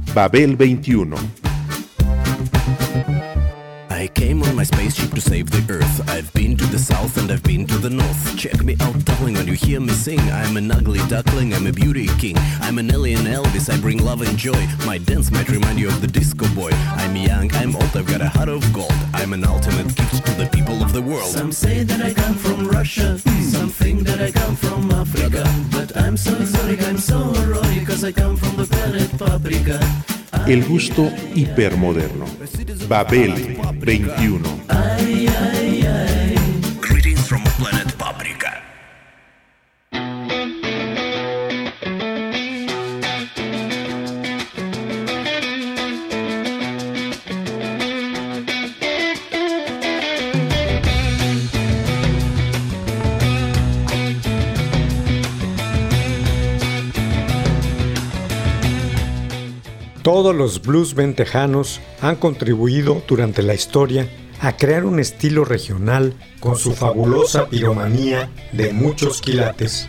Babel 21. I came on my spaceship to save the Earth. I've been to the south and I've been to the north. Check me out, darling, when you hear me sing. I'm an ugly duckling, I'm a beauty king. I'm an alien Elvis, I bring love and joy. My dance might remind you of the disco boy. I'm young, I'm old, I've got a heart of gold. I'm an ultimate gift to the people of the world. Some say that I come from Russia, some think that I come from Africa. But I'm so exotic, I'm so erotic, cause I come from the planet Paprika. El gusto hipermoderno. Babel 21. Ay, ay, ay. Greetings from planet Paprika. Todos los blues ventejanos han contribuido durante la historia a crear un estilo regional con su fabulosa piromanía de muchos quilates.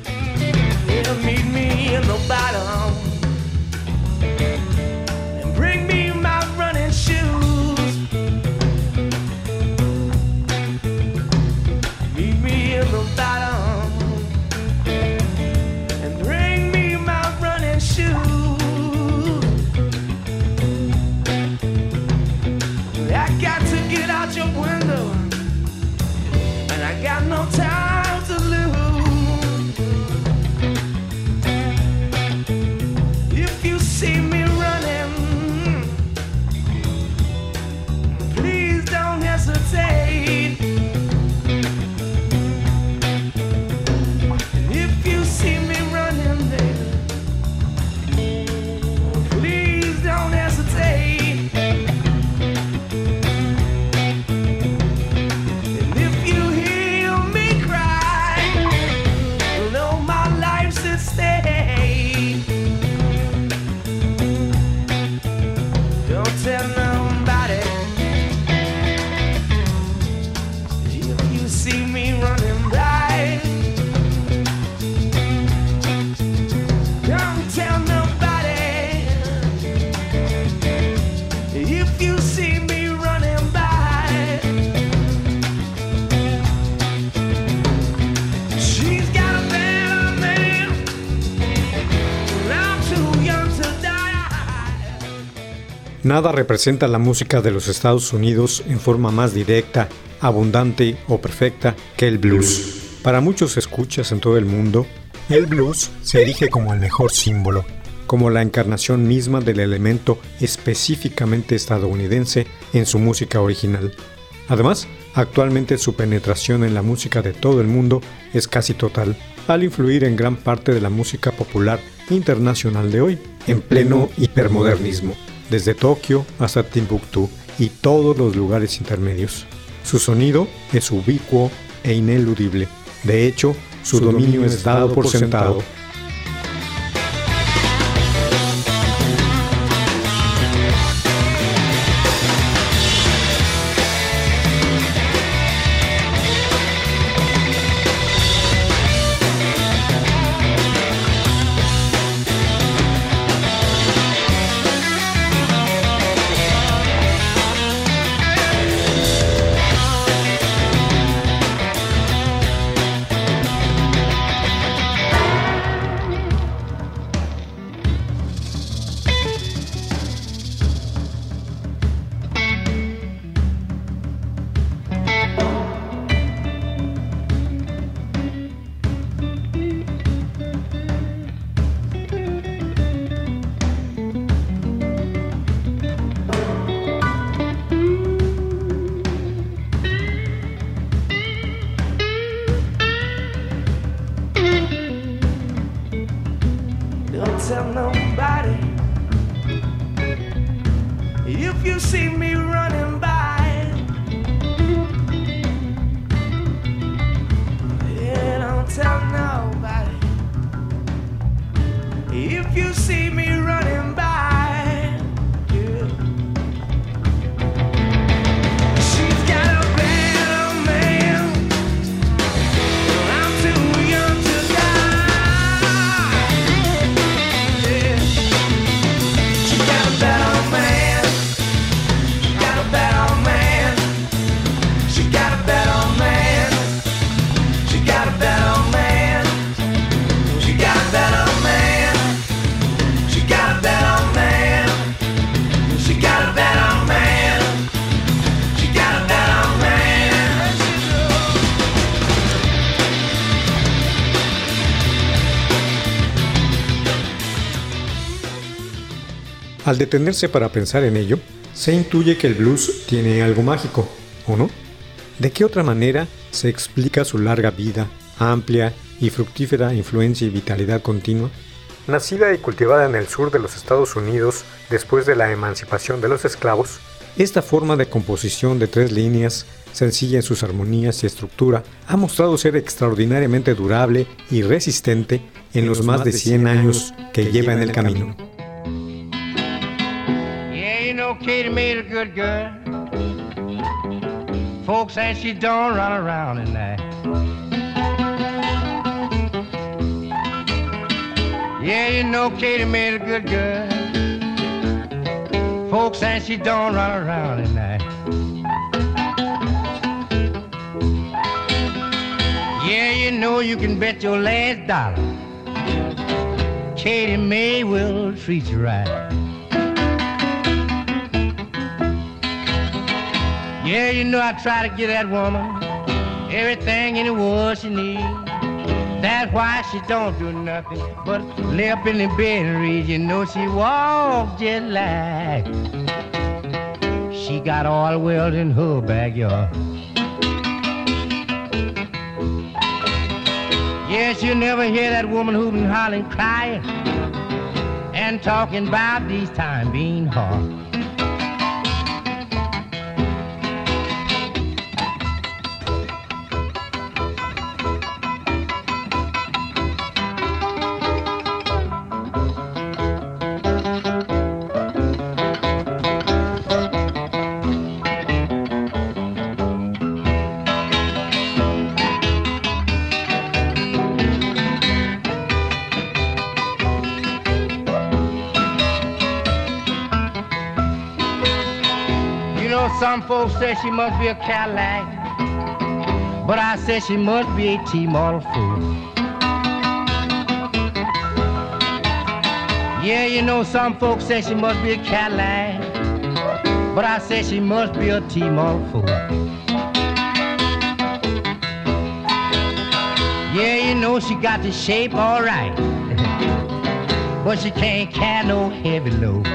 Nada representa la música de los Estados Unidos en forma más directa, abundante o perfecta que el blues. Para muchos escuchas en todo el mundo, el blues se erige como el mejor símbolo, como la encarnación misma del elemento específicamente estadounidense en su música original. Además, actualmente su penetración en la música de todo el mundo es casi total, al influir en gran parte de la música popular internacional de hoy, en pleno hipermodernismo, desde Tokio hasta Timbuktu y todos los lugares intermedios. Su sonido es ubicuo e ineludible. De hecho, su dominio es dado por sentado. Tell nobody if you see me running by. Yeah, don't tell nobody if you see me running by. Yeah. She's got a better man. I'm too young to die. Yeah. She got Al detenerse para pensar en ello, se intuye que el blues tiene algo mágico, ¿o no? ¿De qué otra manera se explica su larga vida, amplia y fructífera influencia y vitalidad continua? Nacida y cultivada en el sur de los Estados Unidos después de la emancipación de los esclavos, esta forma de composición de 3 líneas, sencilla en sus armonías y estructura, ha mostrado ser extraordinariamente durable y resistente en los más de 100 años que lleva en el camino. Yeah, you know Katie made a good girl. Folks say she don't run around in that. Yeah, you know Katie made a good girl. Folks say she don't run around in that. Yeah, you know you can bet your last dollar Katie May will treat you right. Yeah, you know I try to give that woman everything in the world she needs. That's why she don't do nothing but lay up in the bed and read. You know she walks just like she got all the world in her backyard. Yes, you never hear that woman hooping, hollering, crying, and talking about these times being hard. Some folks say she must be a Cadillac, but I say she must be a T-model fool. Yeah, you know some folks say she must be a Cadillac, but I say she must be a T-model fool. Yeah, you know she got the shape all right, but she can't carry no heavy load.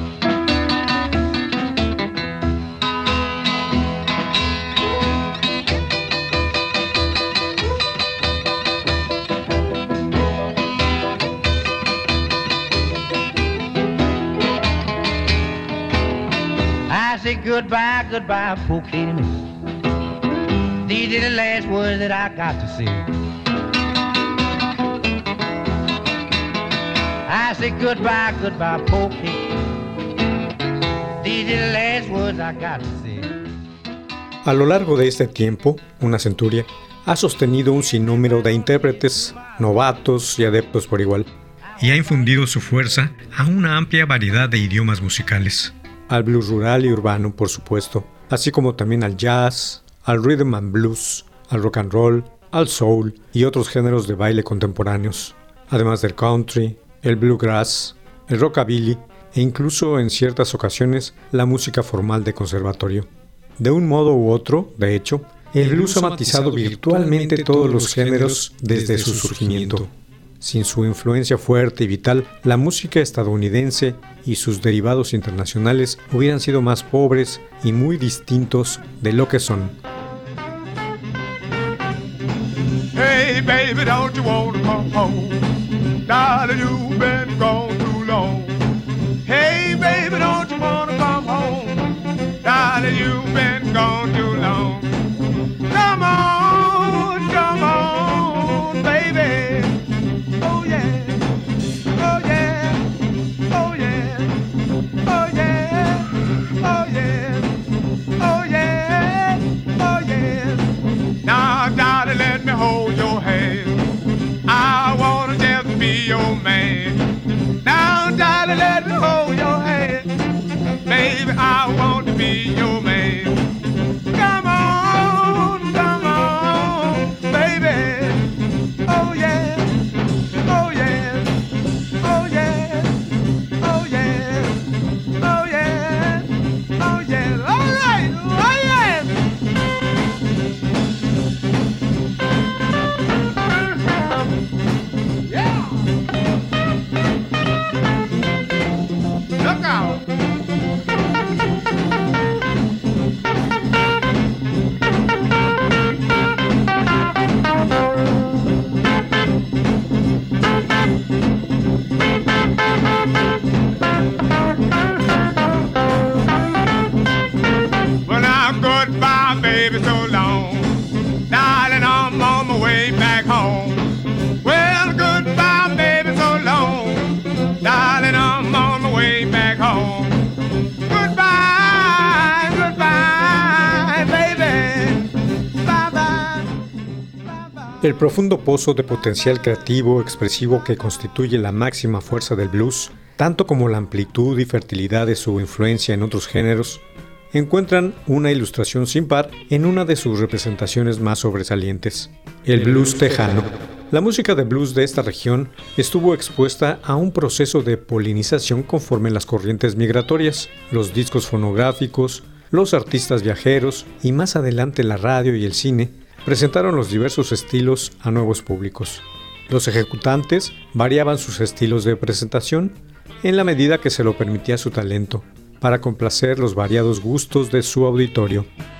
Say goodbye, goodbye, poor Katie May. These are the last words that I got to say. I say goodbye, goodbye, poor Katie. These are the last words I got to say. A lo largo de este tiempo, una centuria ha sostenido un sinnúmero de intérpretes, novatos y adeptos por igual, y ha infundido su fuerza a una amplia variedad de idiomas musicales. Al blues rural y urbano, por supuesto, así como también al jazz, al rhythm and blues, al rock and roll, al soul y otros géneros de baile contemporáneos, además del country, el bluegrass, el rockabilly e incluso en ciertas ocasiones la música formal de conservatorio. De un modo u otro, de hecho, el blues ha matizado virtualmente todos los géneros desde su surgimiento. Sin su influencia fuerte y vital, la música estadounidense y sus derivados internacionales hubieran sido más pobres y muy distintos de lo que son. Hey baby, don't you wanna come home? Darling, you've been gone too long. Hey baby, don't you wanna come home? Darling, you've been gone too long. Come on, baby. Oh yeah, oh yeah, oh yeah, oh yeah, oh yeah, oh yeah, oh yeah. Now, darling, let me hold your hand. I wanna just be your man. Now, El profundo pozo de potencial creativo, expresivo que constituye la máxima fuerza del blues, tanto como la amplitud y fertilidad de su influencia en otros géneros, encuentran una ilustración sin par en una de sus representaciones más sobresalientes, el blues tejano. La música de blues de esta región estuvo expuesta a un proceso de polinización conforme las corrientes migratorias, los discos fonográficos, los artistas viajeros y más adelante la radio y el cine presentaron los diversos estilos a nuevos públicos. Los ejecutantes variaban sus estilos de presentación en la medida que se lo permitía su talento, para complacer los variados gustos de su auditorio.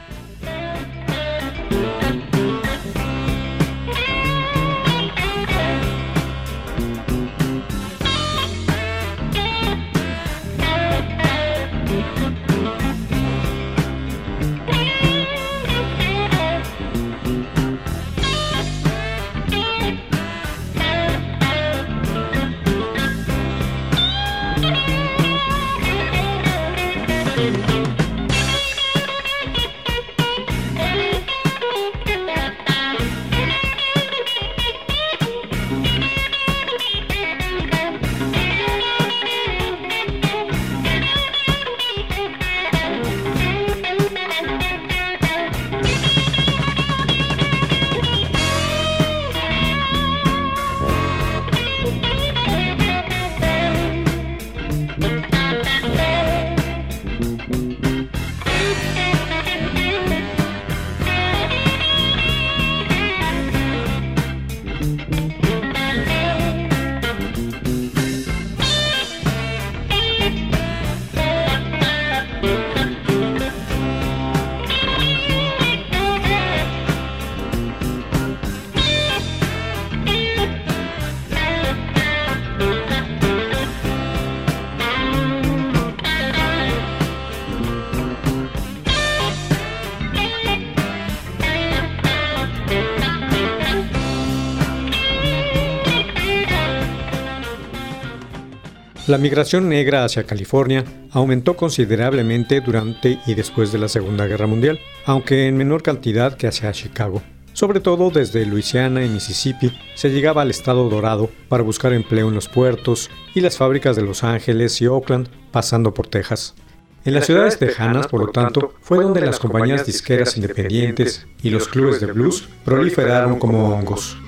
La migración negra hacia California aumentó considerablemente durante y después de la Segunda Guerra Mundial, aunque en menor cantidad que hacia Chicago. Sobre todo desde Luisiana y Mississippi se llegaba al estado dorado para buscar empleo en los puertos y las fábricas de Los Ángeles y Oakland, pasando por Texas. En las ciudades tejanas, por lo tanto, fue donde las compañías disqueras independientes y los clubes de blues proliferaron como hongos.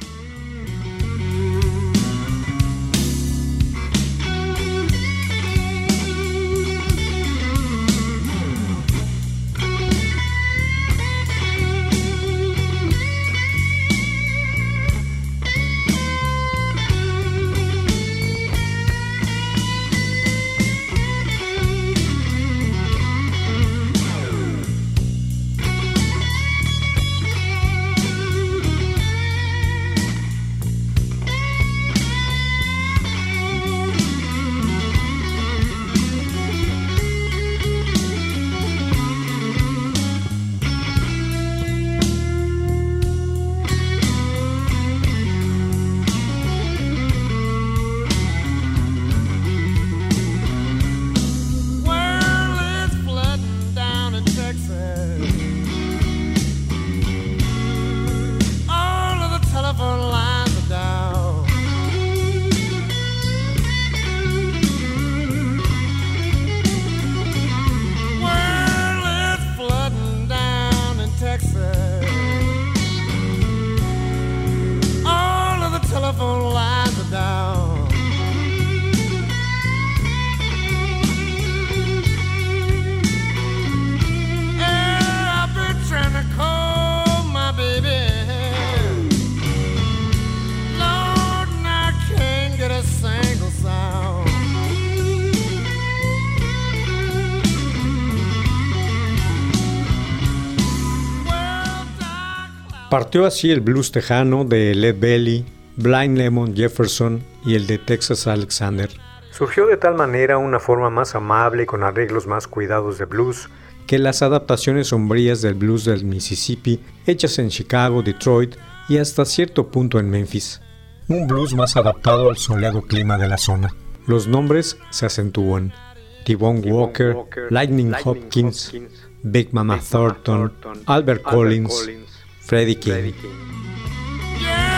Partió así el blues tejano de Lead Belly, Blind Lemon Jefferson y el de Texas Alexander. Surgió de tal manera una forma más amable y con arreglos más cuidados de blues que las adaptaciones sombrías del blues del Mississippi hechas en Chicago, Detroit y hasta cierto punto en Memphis. Un blues más adaptado al soleado clima de la zona. Los nombres se acentúan: T-Bone Walker, Lightning Hopkins, Big Mama Thornton, Albert Collins, Freddie King. Yeah.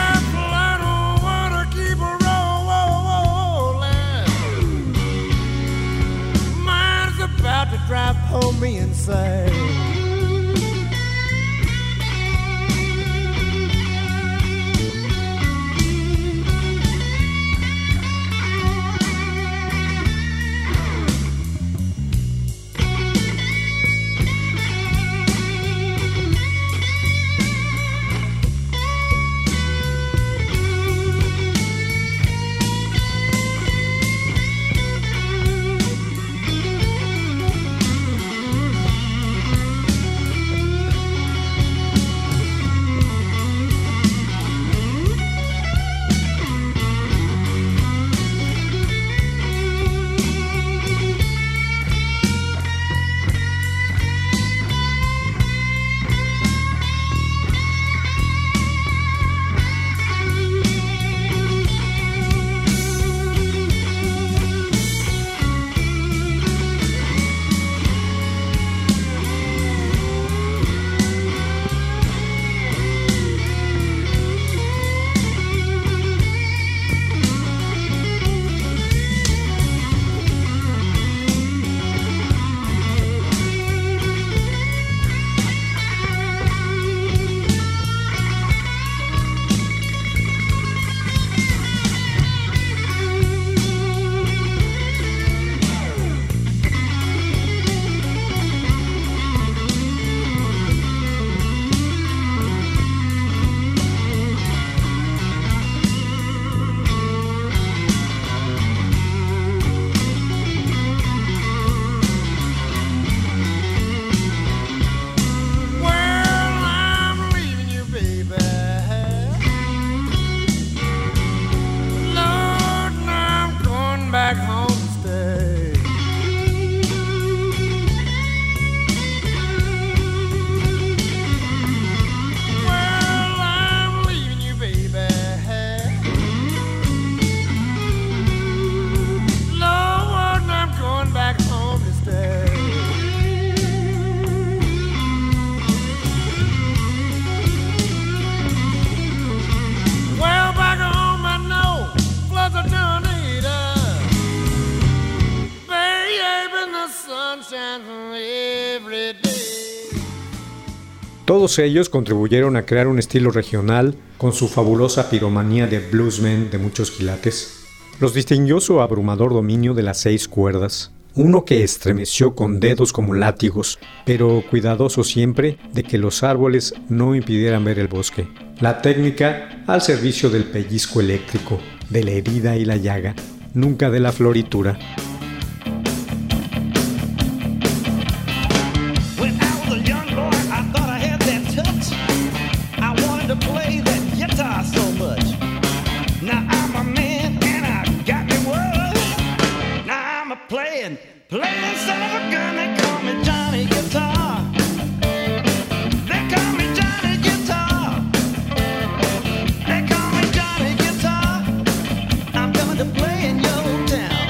Todos ellos contribuyeron a crear un estilo regional con su fabulosa piromanía de bluesmen de muchos quilates. Los distinguió su abrumador dominio de las 6 cuerdas, uno que estremeció con dedos como látigos, pero cuidadoso siempre de que los árboles no impidieran ver el bosque. La técnica al servicio del pellizco eléctrico, de la herida y la llaga, nunca de la floritura. Playing son of a gun, they call me Johnny Guitar. They call me Johnny Guitar. They call me Johnny Guitar. I'm coming to play in your town.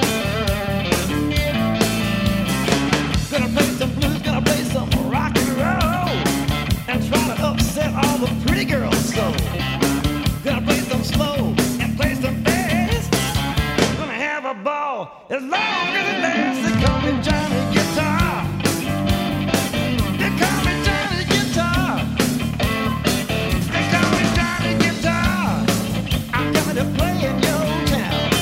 Gonna play some blues, gonna play some rock and roll, and try to upset all the pretty girls' soul. Gonna play some slow and play some fast. Gonna have a ball as long as it lasts. They call me Johnny Guitar. They call me Johnny Guitar. They call me Johnny Guitar. I'm coming to play in your town.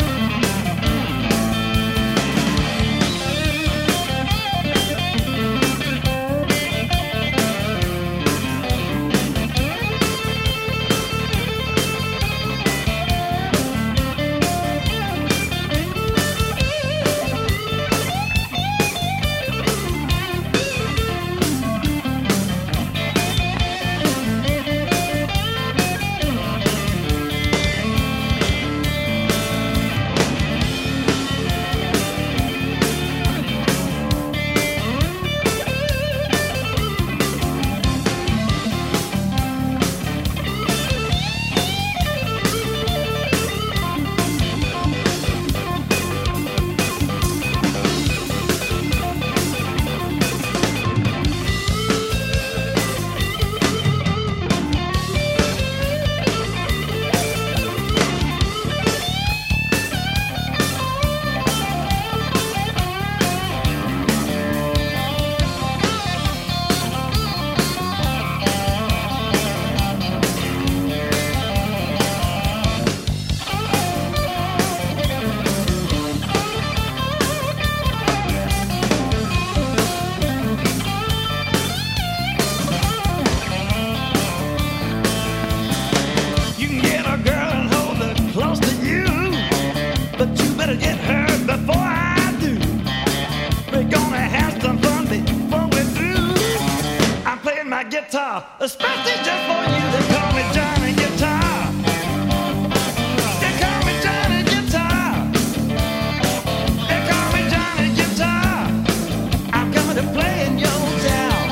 Guitar, especially just for you. They call me Johnny Guitar. They call me Johnny Guitar. They call me Johnny Guitar. I'm coming to play in your town.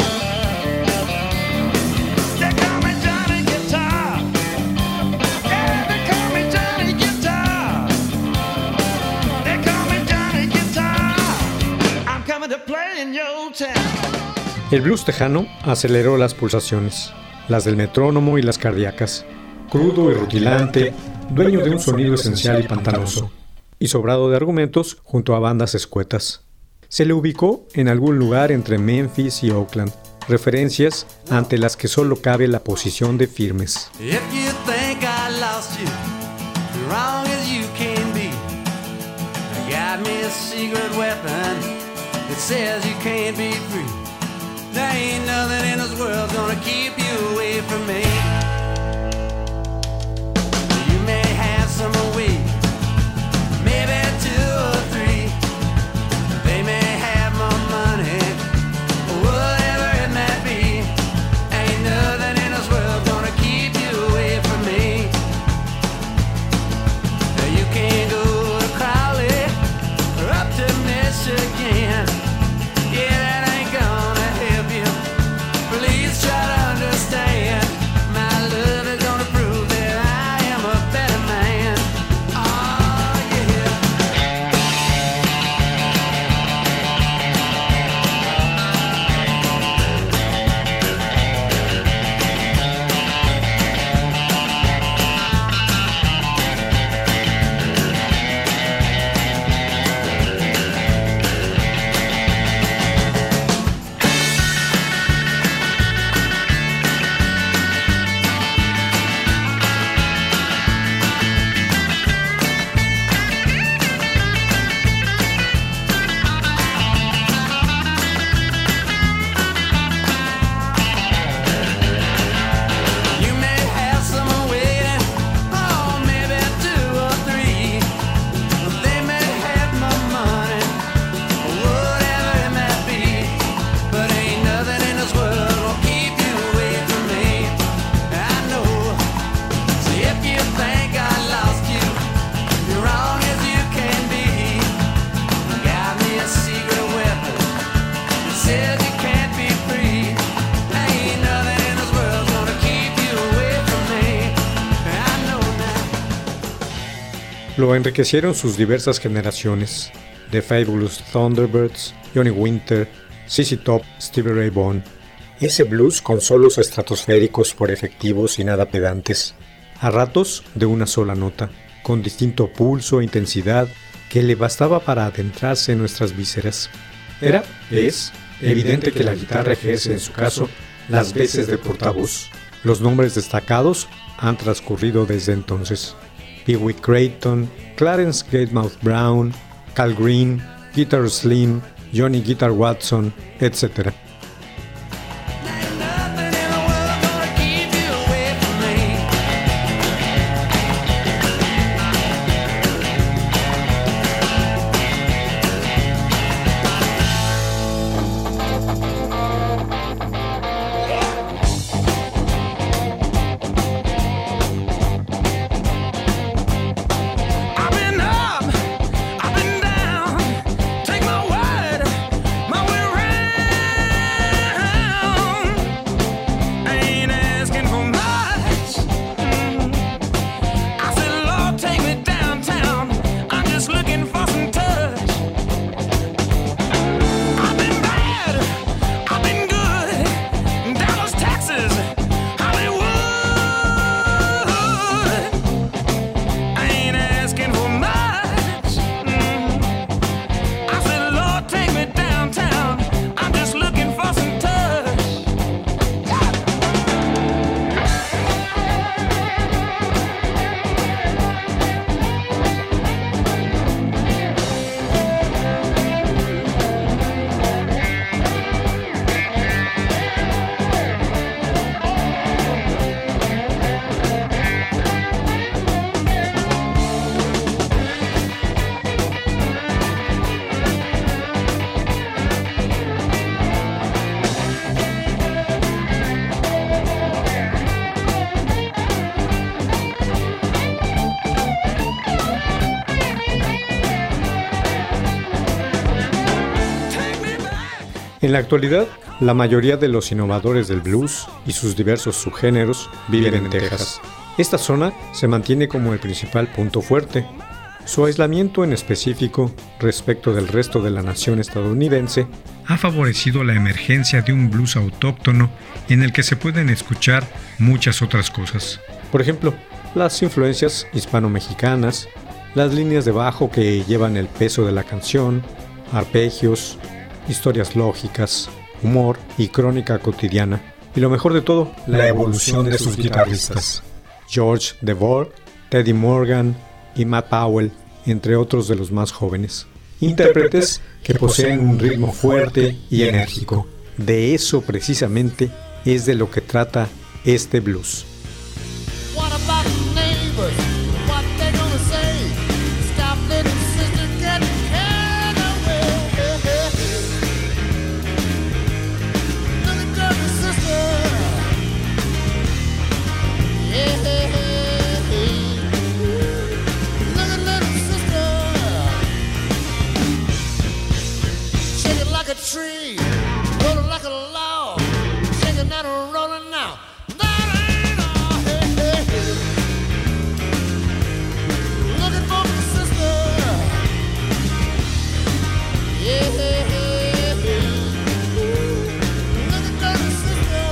They call me Johnny Guitar. Yeah, they call me Johnny Guitar. They call me Johnny Guitar. I'm coming to play in your town. El blues tejano aceleró las pulsaciones, las del metrónomo y las cardíacas, crudo y rutilante, dueño de un sonido esencial y pantanoso, y sobrado de argumentos junto a bandas escuetas. Se le ubicó en algún lugar entre Memphis y Oakland, referencias ante las que solo cabe la posición de firmes. If you think I lost you, you're wrong as you can be. I got me a secret weapon that says you can't be free. There ain't nothing in this world gonna keep you away from me. You may have some weed, maybe 2 or 3. They may have more money, whatever it might be. Ain't nothing in this world gonna keep you away from me. You can't go to Crowley or up to Michigan. Yeah, that ain't gonna help you. Please try to understand my Lo enriquecieron sus diversas generaciones: The Fabulous Thunderbirds, Johnny Winter, ZZ Top, Stevie Ray Vaughan. Ese blues con solos estratosféricos por efectivos y nada pedantes, a ratos de una sola nota, con distinto pulso e intensidad que le bastaba para adentrarse en nuestras vísceras. Es evidente que la guitarra ejerce en su caso las veces de portavoz. Los nombres destacados han transcurrido desde entonces: Pee Wee Creighton, Clarence Gatemouth Brown, Cal Green, Guitar Slim, Johnny Guitar Watson, etc. En la actualidad, la mayoría de los innovadores del blues y sus diversos subgéneros viven en Texas. Esta zona se mantiene como el principal punto fuerte. Su aislamiento en específico respecto del resto de la nación estadounidense ha favorecido la emergencia de un blues autóctono en el que se pueden escuchar muchas otras cosas. Por ejemplo, las influencias hispano-mexicanas, las líneas de bajo que llevan el peso de la canción, arpegios, historias lógicas, humor y crónica cotidiana. Y lo mejor de todo, la evolución de sus guitarristas: George DeVore, Teddy Morgan y Matt Powell, entre otros de los más jóvenes. Intérpretes que poseen un ritmo fuerte y enérgico. De eso precisamente es de lo que trata este blues. Tree, rolling like a log, shaking that and rolling now. That ain't all. Hey, hey, hey. Looking for my sister. Yeah, hey, hey, hey. Looking for my sister.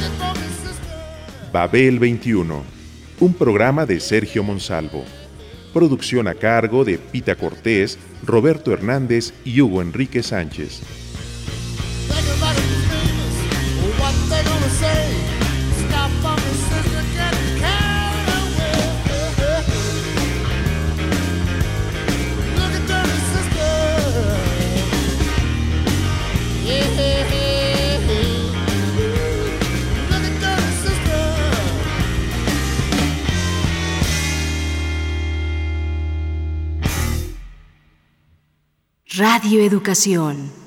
Babel 21, un programa de Sergio Monsalvo. Producción a cargo de Pita Cortés, Roberto Hernández y Hugo Enrique Sánchez. Thinking about it, famous. What they gonna say? Stop on me, sister, get carried away. Look at dirty sister. Yeah. Look at dirty sister. Radio Educación.